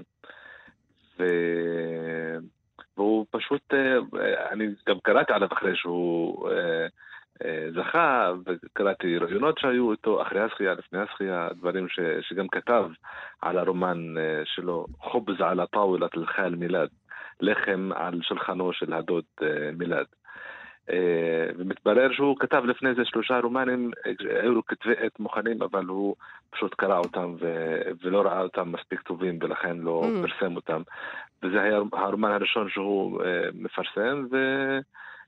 והוא פשוט, אני גם קראתי עליו אחרי שהוא זכה, וקראתי רעיונות שהיו איתו אחרי הזכייה, לפני הזכייה, דברים שגם כתב על הרומן שלו, חובז על טאולת אל-חאל מילד, לחם על שולחנו של הדוד מילד. ומתברר שהוא כתב לפני זה 3 רומנים, היו לו כתבי עת מוכנים, אבל הוא פשוט קרא אותם ולא ראה אותם מספיק טובים, ולכן לא פרסם אותם. וזה היה הרומן הראשון שהוא מפרסם,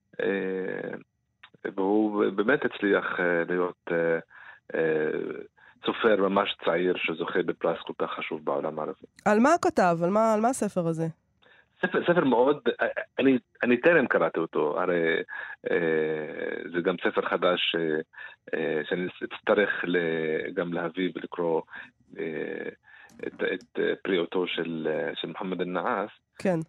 והוא באמת הצליח להיות סופר ממש צעיר שזוכה בפרס כל כך חשוב בעולם הערבי. על מה כתב? על מה הספר הזה? ספר מאוד, אני טרם קראתי אותו, הרי זה גם ספר חדש שאני אצטרך גם להביא ולקרוא את פריאותו של מוחמד אל-נעאס. כן.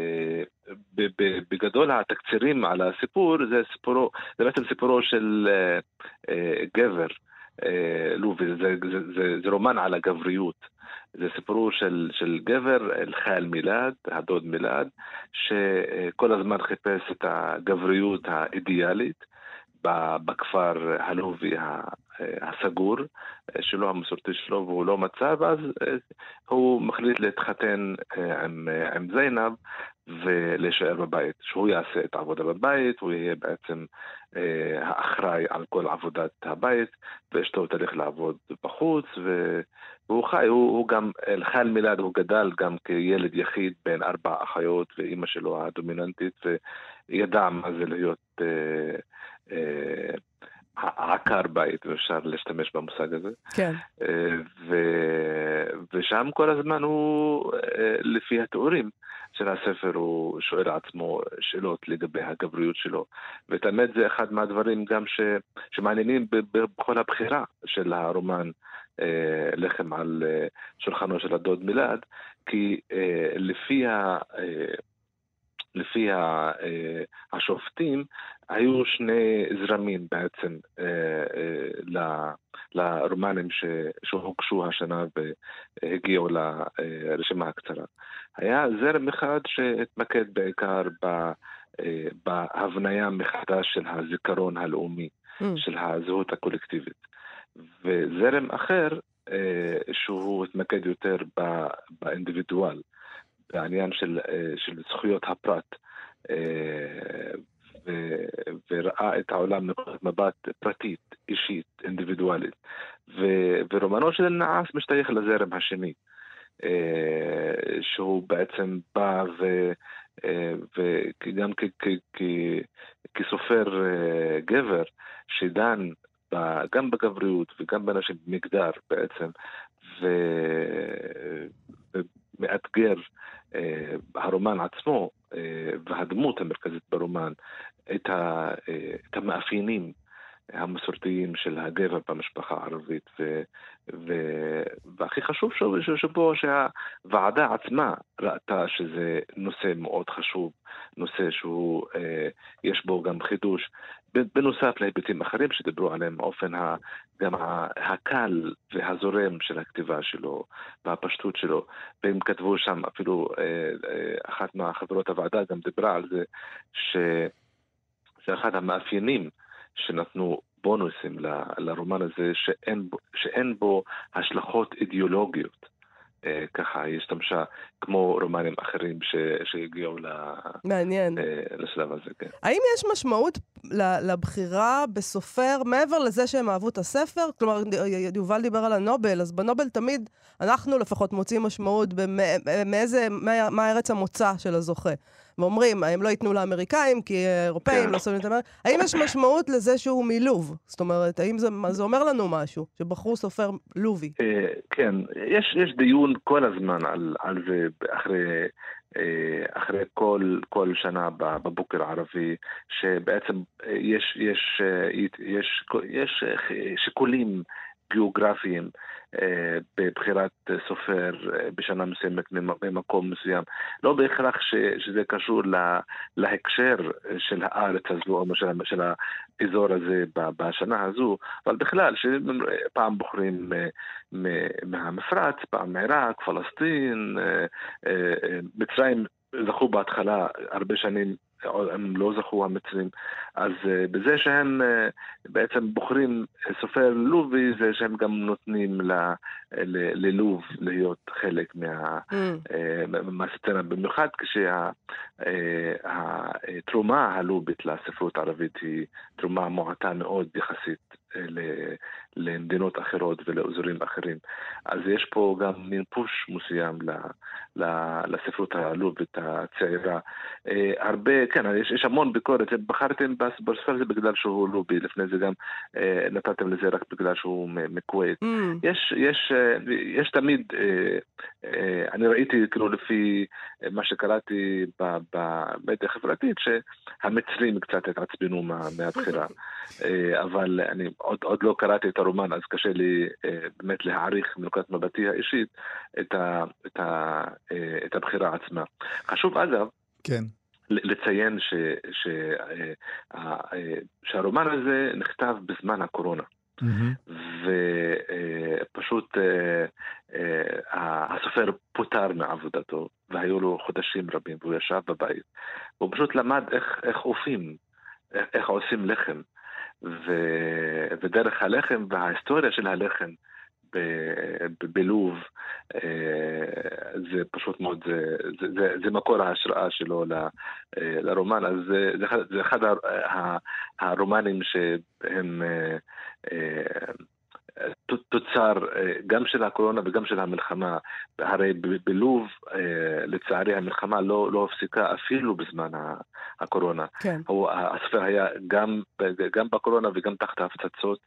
בגדול התקצירים על הסיפור, זה בעצם סיפורו של גבר לובי, זה רומן על הגבריות. זה סיפורו של גבר, אל-חאל מילד, הדוד מילד, שכל הזמן חיפש את הגבריות האידיאלית בכפר הלובי הסגור שלו, המסורתי שלו, והוא לא מצא, ואז הוא מחליט להתחתן עם זינב ולהישאר בבית, שהוא יעשה את העבודה בבית, הוא יהיה בעצם האחראי על כל עבודת הבית, ואשתו תלך לעבוד בחוץ, והוא חי, הוא גם, אל-חאל מילד, הוא גדל גם כילד יחיד בין 4 אחיות, ואימא שלו הדומיננטית, וידע מה זה להיות עקר בית, ואפשר להשתמש במושג הזה. כן. ושם כל הזמן הוא, לפי התיאורים של הספר, הוא שואל עצמו שאלות לגבי הגבריות שלו. ותאמת זה אחד מהדברים גם שמעניינים בכל הבחירה של הרומן לחם על שולחנו של הדוד מילד, כי לפי השופטים, היו 2 זרמים בעצם לרומנים שהוגשו השנה והגיעו לרשימה הקצרה. היה זרם אחד שהתמקד בעיקר בהבניה מחדש של הזיכרון הלאומי, של הזהות הקולקטיבית. וזרם אחר שהוא התמקד יותר באינדיבידואל, בעניין של זכויות הפרט, וראה את העולם מנקודת מבט פרטית, אישית, אינדיבידואלית. ורומנו של אל-נעאס משתייך לזרם השני, שהוא בעצם בא וגם כסופר גבר שדן גם בגבריות וגם באנשים במגדר בעצם, ומאתגר הרומן עצמו והדמות המרכזית ברומן את המאפיינים המסורתיים של הגבר במשפחה הערבית, והכי חשוב שבו שהוועדה עצמה ראתה שזה נושא מאוד חשוב, נושא שהוא יש בו גם חידוש, בנוסף להיבטים אחרים שדיברו עליהם, אופן גם הקל והזורם של הכתיבה שלו והפשטות שלו, והם כתבו שם אפילו אחת מהחברות הוועדה גם דיברה על זה שאחד המאפיינים שנתנו בונוסים לרומן הזה, שאין בו השלכות אידיאולוגיות. ככה היא השתמשה כמו רומנים אחרים שהגיעו לשלב הזה. כן. האם יש משמעות לבחירה בסופר מעבר לזה שהם אהבו את הספר? כלומר, יובל דיבר על הנובל, אז בנובל תמיד אנחנו לפחות מוצאים משמעות מה ארץ המוצא של הזוכה. ואומרים, הם לא ייתנו לאמריקאים, כי אירופאים לא סובלים את אמריקה. האם יש משמעות לזה שהוא מלוב? זאת אומרת, האם זה אומר לנו משהו, שבחרו סופר לובי? כן, יש דיון כל הזמן על זה אחרי כל שנה בבוקר הערבי, שבעצם יש שיקולים גיאוגרפיים בבחירת סופר בשנה מסוימת ממקום מסוים. לא בהכרח שזה קשור להקשר של הארץ הזו או של האזור הזה בשנה הזו, אבל בכלל שפעם בוחרים מהמפרץ, פעם מעיראק, פלסטין, מצרים זכו בהתחלה הרבה שנים, הם לא זכו המצרים, אז בזה שהם בעצם בוחרים סופר לובי, זה שהם גם נותנים ללוב להיות חלק מהסצנה, במיוחד כשהתרומה הלובית לספרות הערבית היא תרומה מועטה מאוד יחסית למדינות אחרות ולאזורים אחרים. אז יש פה גם מין פוש מסוים לספרות הלובית הצעירה. הרבה, כן, יש המון ביקורת. בחרתם בספר הזה בגלל שהוא לובי, לפני זה גם נתתם לזה רק בגלל שהוא מכווית. יש תמיד, אני ראיתי כאילו לפי מה שקראתי במדיה החברתית, שהמצרים קצת התעצבנו מהבחירה. אבל אני עוד לא קראתי את הרומן, אז קשה לי באמת להעריך מנקודת מבטי האישית את הבחירה עצמה. חשוב אגב, כן. לציין שהרומן הזה נכתב בזמן הקורונה. ופשוט הסופר פוטר מעבודתו, והיו לו חודשים רבים, והוא ישב בבית. הוא פשוט למד איך אופים, איך עושים לחם. ודרך הלחם וההיסטוריה של הלחם בלוב, זה פשוט מאוד, זה מקור ההשראה שלו לרומן. אז זה אחד הרומנים שהם תוצר גם של הקורונה וגם של המלחמה. הרי בלוב, לצערי, המלחמה לא הפסיקה אפילו בזמן הקורונה. כן. הספר היה גם בקורונה וגם תחת ההפצצות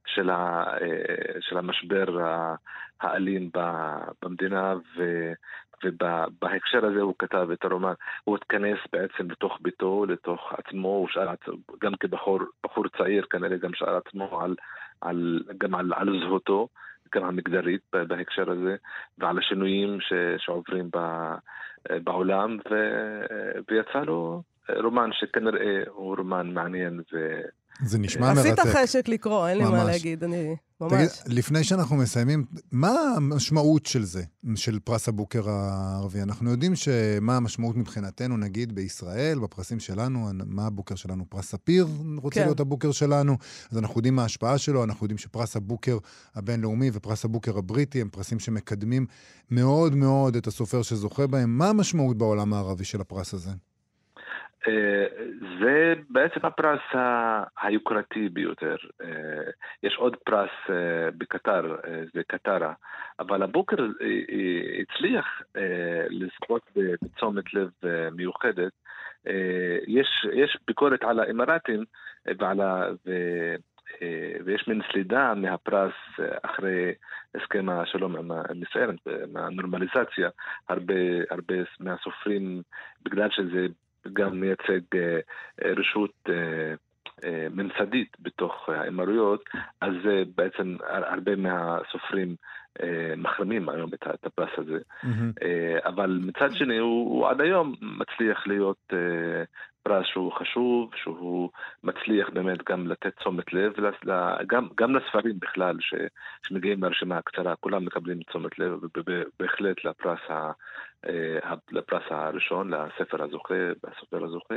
של המשבר האלים במדינה, ובהקשר הזה הוא כתב את הרומן. הוא התכנס בעצם לתוך ביתו, לתוך עצמו, גם כבחור צעיר כנראה גם שאל עצמו גם על זהותו, גם המגדרית בהקשר הזה, ועל השינויים שעוברים בעולם, ויצא לו רומן שכנראה הוא רומן מעניין זה נשמע מרתק. עשית חשק לקרוא, אין לי מה להגיד, אני ממש. תגיד, לפני שאנחנו מסיימים, מה המשמעות של זה, של פרס הבוקר הערבי? אנחנו יודעים מה המשמעות מבחינתנו, נגיד בישראל, בפרסים שלנו, מה הבוקר שלנו? פרס ספיר רוצה להיות הבוקר שלנו, אז אנחנו יודעים מה ההשפעה שלו, אנחנו יודעים שפרס הבוקר הבינלאומי ופרס הבוקר הבריטי הם פרסים שמקדמים מאוד מאוד את הסופר שזוכה בהם. מה המשמעות בעולם הערבי של הפרס הזה? זה בעצם הפרס היוקרתי ביותר. יש עוד פרס בקטר, זה קטרה, אבל הבוקר הצליח לזכות בתשומת לב מיוחדת. יש ביקורת על האמרתים ויש מין סלידה מהפרס אחרי הסכם השלום עם ישראל, מהנורמליזציה. הרבה מהסופרים, בגלל שזה גם מייצג רשות ממסדית בתוך האמירויות, אז בעצם הרבה מהסופרים מחרמים היום את הפרס הזה. אבל מצד שני הוא עד היום מצליח להיות פרס שהוא חשוב, שהוא מצליח באמת גם לתת תשומת לב, גם לספרים בכלל שמגיעים מהרשימה הקצרה, כולם מקבלים תשומת לב, ובהחלט לפרס הראשון, לספר הזוכה, בסופר הזוכה.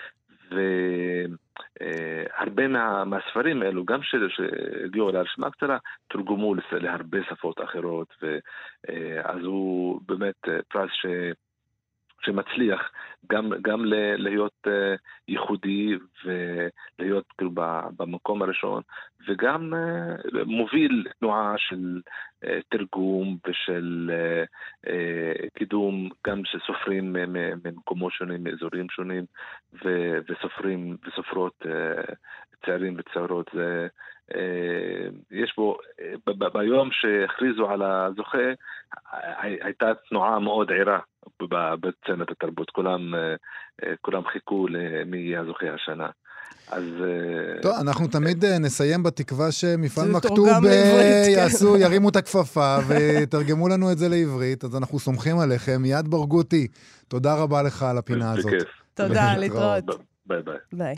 והרבה מהספרים האלו, גם שהגיעו להרשימה הקצרה, תורגמו להרבה שפות אחרות, אז הוא באמת פרס שמצליח גם להיות ייחודי ולהיות כאילו במקום הראשון, וגם מוביל תנועה של תרגום ושל קידום גם של סופרים ממקומות שונים, מאזורים שונים, וסופרים וסופרות צעירים וצעירות. יש בו, ביום שהכריזו על הזוכה, הייתה תנועה מאוד עירה בצנת התרבות. כולם חיכו למי יהיה הזוכה השנה. אז טוב, אנחנו תמיד נסיים בתקווה שמפעל מכתוב ירימו את הכפפה ותרגמו לנו את זה לעברית, אז אנחנו סומכים עליכם. יעד ברגותי, תודה רבה לך על הפינה הזאת. תודה, להתראות. ביי ביי. ביי.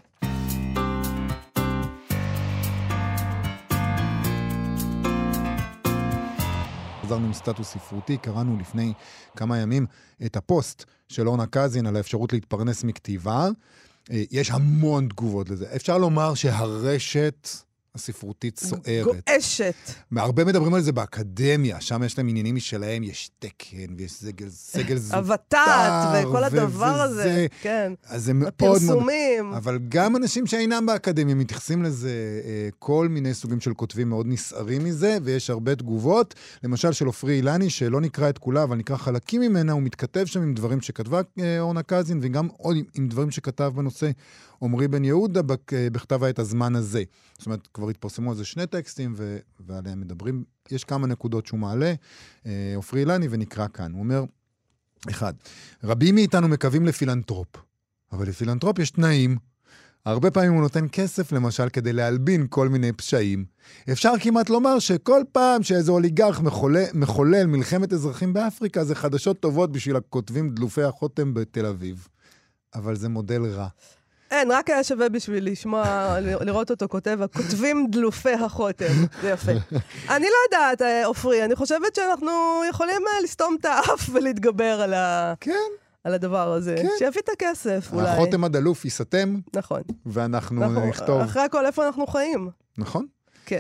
חזרנו מסטטוס ספרותי, קראנו לפני כמה ימים את הפוסט של אורנה קזין על האפשרות להתפרנס מכתיבה. יש המון תגובות לזה. אפשר לומר שהרשת הספרותית סוערת. גועשת. הרבה מדברים על זה באקדמיה, שם יש להם עניינים משלהם, יש תקן ויש סגל זוטר. הוות"ת וכל הדבר הזה, כן. אז זה מאוד הפרסומים. אבל גם אנשים שאינם באקדמיה מתייחסים לזה, כל מיני סוגים של כותבים מאוד נסערים מזה, ויש הרבה תגובות, למשל של עופרי אילני, שלא נקרא את כולה, אבל נקרא חלקים ממנה, הוא מתכתב שם עם דברים שכתבה אורנה קזין, וגם עוד עם דברים שכתב בנושא עמרי בן יהודה בכתב העת הזמן הזה. זאת אומרת, כבר התפרסמו על זה 2 טקסטים, ועליהם מדברים. יש כמה נקודות שהוא מעלה, עופרי אילני, ונקרא כאן. הוא אומר, 1, רבים מאיתנו מקווים לפילנטרופ, אבל לפילנטרופ יש תנאים. הרבה פעמים הוא נותן כסף, למשל, כדי להלבין כל מיני פשעים. אפשר כמעט לומר שכל פעם שאיזה אוליגרך מחולל מלחמת אזרחים באפריקה, זה חדשות טובות בשביל הכותבים דלופי החותם בתל אביב. אבל זה מודל רע. אין, רק היה שווה בשביל לשמוע, לראות אותו כותב, הכותבים דלופי החותם. זה יפה. אני לא יודעת, עופרי, אני חושבת שאנחנו יכולים לסתום את האף ולהתגבר על הדבר הזה. כן. שיביא את הכסף, אולי. החותם הדלוף ייסתם. נכון. ואנחנו נכתוב. אחרי הכל, איפה אנחנו חיים? נכון. כן.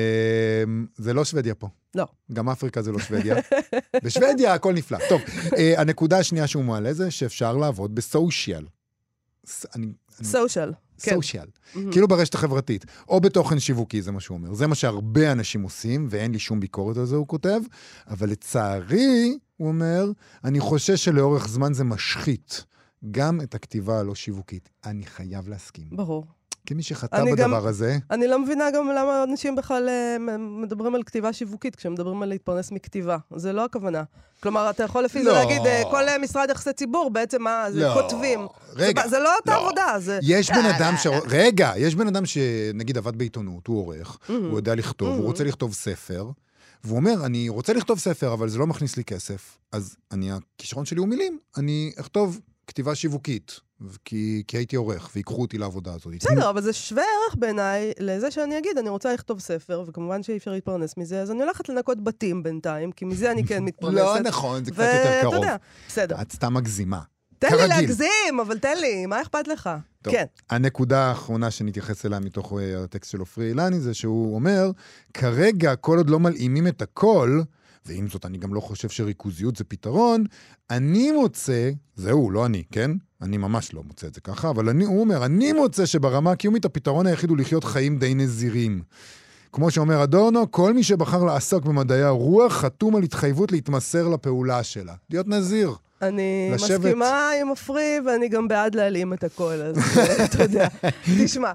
זה לא שוודיה פה. לא. גם אפריקה זה לא שוודיה. בשוודיה הכל נפלא. טוב, הנקודה השנייה שהוא מעלה זה שאפשר לעבוד בסושיאל. סושיאל. סושיאל. כאילו ברשת החברתית. או בתוכן שיווקי, זה מה שהוא אומר. זה מה שהרבה אנשים עושים, ואין לי שום ביקורת על זה, הוא כותב. אבל לצערי, הוא אומר, אני חושש שלאורך זמן זה משחית. גם את הכתיבה הלא שיווקית. אני חייב להסכים. ברור. כמי שחטא בדבר הזה. אני לא מבינה גם למה אנשים בכלל מדברים על כתיבה שיווקית, כשמדברים על להתפרנס מכתיבה. זה לא הכוונה. כלומר, אתה יכול לפי זה להגיד, כל משרד יחסי ציבור, בעצם מה, זה כותבים. רגע. זה לא אותה עבודה. יש בן אדם יש בן אדם שנגיד עבד בעיתונות, הוא עורך, הוא יודע לכתוב, הוא רוצה לכתוב ספר, והוא אומר, אני רוצה לכתוב ספר, אבל זה לא מכניס לי כסף. אז הכישרון שלי הוא מילים, אני אכתוב כתיבה שיווקית. כי הייתי עורך, ויקחו אותי לעבודה הזאת. בסדר, אבל זה שווה ערך בעיניי לזה שאני אגיד, אני רוצה לכתוב ספר, וכמובן שאי אפשר להתפרנס מזה, אז אני הולכת לנקות בתים בינתיים, כי מזה אני כן מתפרנסת. לא נכון, זה קצת יותר קרוב. ואתה יודע, בסדר. את סתם מגזימה. תן לי להגזים, אבל תן לי, מה אכפת לך? טוב, כן. הנקודה האחרונה שנתייחס אליה מתוך הטקסט של עופרי אילני, זה שהוא אומר, כרגע כל עוד לא מלאימים את הכל, ועם זאת אני גם לא חושב שריכוזיות זה פתרון, אני מוצא, זהו, לא אני, כן? אני ממש לא מוצא את זה ככה, אבל הוא אומר, אני מוצא שברמה הקיומית הפתרון היחיד הוא לחיות חיים די נזירים. כמו שאומר אדורנו, כל מי שבחר לעסוק במדעי הרוח חתום על התחייבות להתמסר לפעולה שלה. להיות נזיר. אני מסכימה עם עופרי, ואני גם בעד להעלים את הכל, אז אתה יודע. תשמע,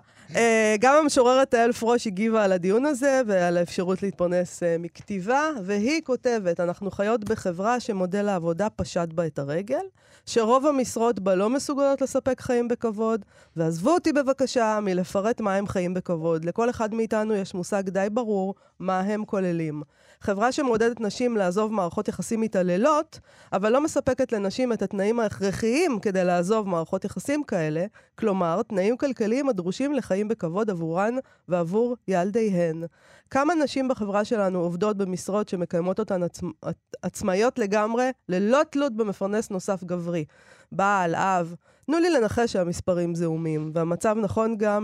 גם המשוררת תהל פרוש הגיבה על הדיון הזה, ועל האפשרות להתפרנס מכתיבה, והיא כותבת, אנחנו חיות בחברה שמודל העבודה פשט בה את הרגל, שרוב המשרות בה לא מסוגלות לספק חיים בכבוד, ועזבו אותי בבקשה מלפרט מה הם חיים בכבוד. לכל אחד מאיתנו יש מושג די ברור מה הם כוללים. חברה שמעודדת נשים לעזוב מערכות יחסים מתעללות, אבל לא מספקת לנשים את התנאים ההכרחיים כדי לעזוב מערכות יחסים כאלה, כלומר, תנאים כלכליים הדרושים לחיים בכבוד עבורן ועבור ילדיהן. כמה נשים בחברה שלנו עובדות במשרות שמקיימות אותן עצמאיות לגמרי, ללא תלות במפרנס נוסף גברי. בעל, אב, תנו לי לנחש שהמספרים זהומים, והמצב נכון גם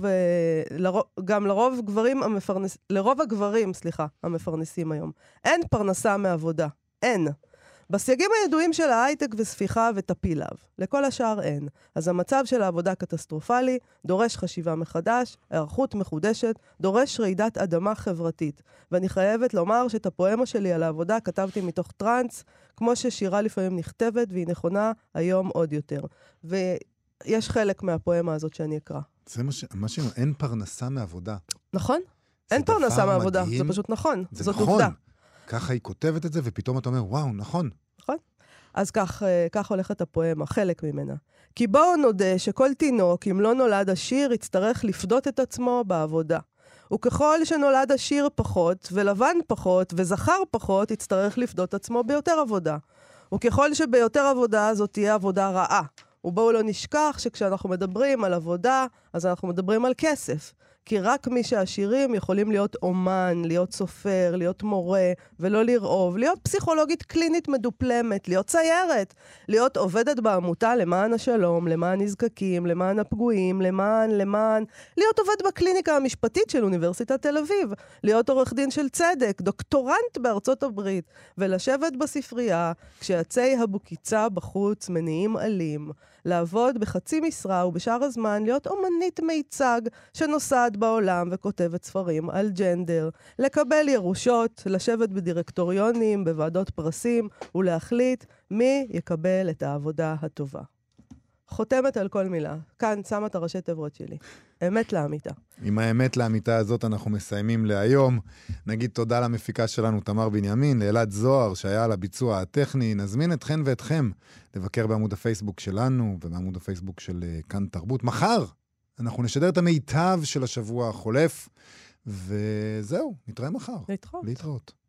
לרוב הגברים המפרנסים היום. אין פרנסה מעבודה. אין. בסייגים הידועים של ההייטק וספיחה וטפיליו. לכל השאר אין. אז המצב של העבודה קטסטרופלי, דורש חשיבה מחדש, הערכות מחודשת, דורש רעידת אדמה חברתית. ואני חייבת לומר שאת הפואמה שלי על העבודה כתבתי מתוך טרנס, כמו ששירה לפעמים נכתבת, והיא נכונה היום עוד יותר. ויש חלק מהפואמה הזאת שאני אקרא. זה אין פרנסה מעבודה. נכון? אין פרנסה מעבודה. זה פשוט נכון. זאת עובדה. ככה היא כותבת את זה, ופתאום אתה אומר, וואו, נכון. נכון. אז כך הולכת הפואמה, חלק ממנה. כי בואו נודה שכל תינוק, אם לא נולד עשיר, יצטרך לפדות את עצמו בעבודה. וככל שנולד עשיר פחות, ולבן פחות, וזכר פחות, יצטרך לפדות עצמו ביותר עבודה. וככל שביותר עבודה, זאת תהיה עבודה רעה. ובואו לא נשכח שכשאנחנו מדברים על עבודה, אז אנחנו מדברים על כסף. כי רק מי שעשירים יכולים להיות אומן, להיות סופר, להיות מורה, ולא לרעוב, להיות פסיכולוגית קלינית מדופלמת, להיות ציירת, להיות עובדת בעמותה למען השלום, למען נזקקים, למען הפגועים, למען, להיות עובד בקליניקה המשפטית של אוניברסיטת תל אביב, להיות עורך דין של צדק, דוקטורנט בארצות הברית, ולשבת בספרייה כשעצי הבוקיצה בחוץ מניעים עלים, לעבוד בחצי משרה ובשאר הזמן להיות אומנית מיצג שנוסעת בעולם וכותבת ספרים על ג'נדר, לקבל ירושות, לשבת בדירקטוריונים, בוועדות פרסים ולהחליט מי יקבל את העבודה הטובה. חותמת על כל מילה. כאן שמה את הראשי תיבות שלי. אמת לאמיתה. עם האמת לאמיתה הזאת אנחנו מסיימים להיום. נגיד תודה למפיקה שלנו תמר בנימין, לאלעד זוהר שהיה על הביצוע הטכני. נזמין אתכן ואתכם לבקר בעמוד הפייסבוק שלנו ובעמוד הפייסבוק של כאן תרבות. מחר אנחנו נשדר את המיטב של השבוע החולף, וזהו, נתראה מחר. להתראות.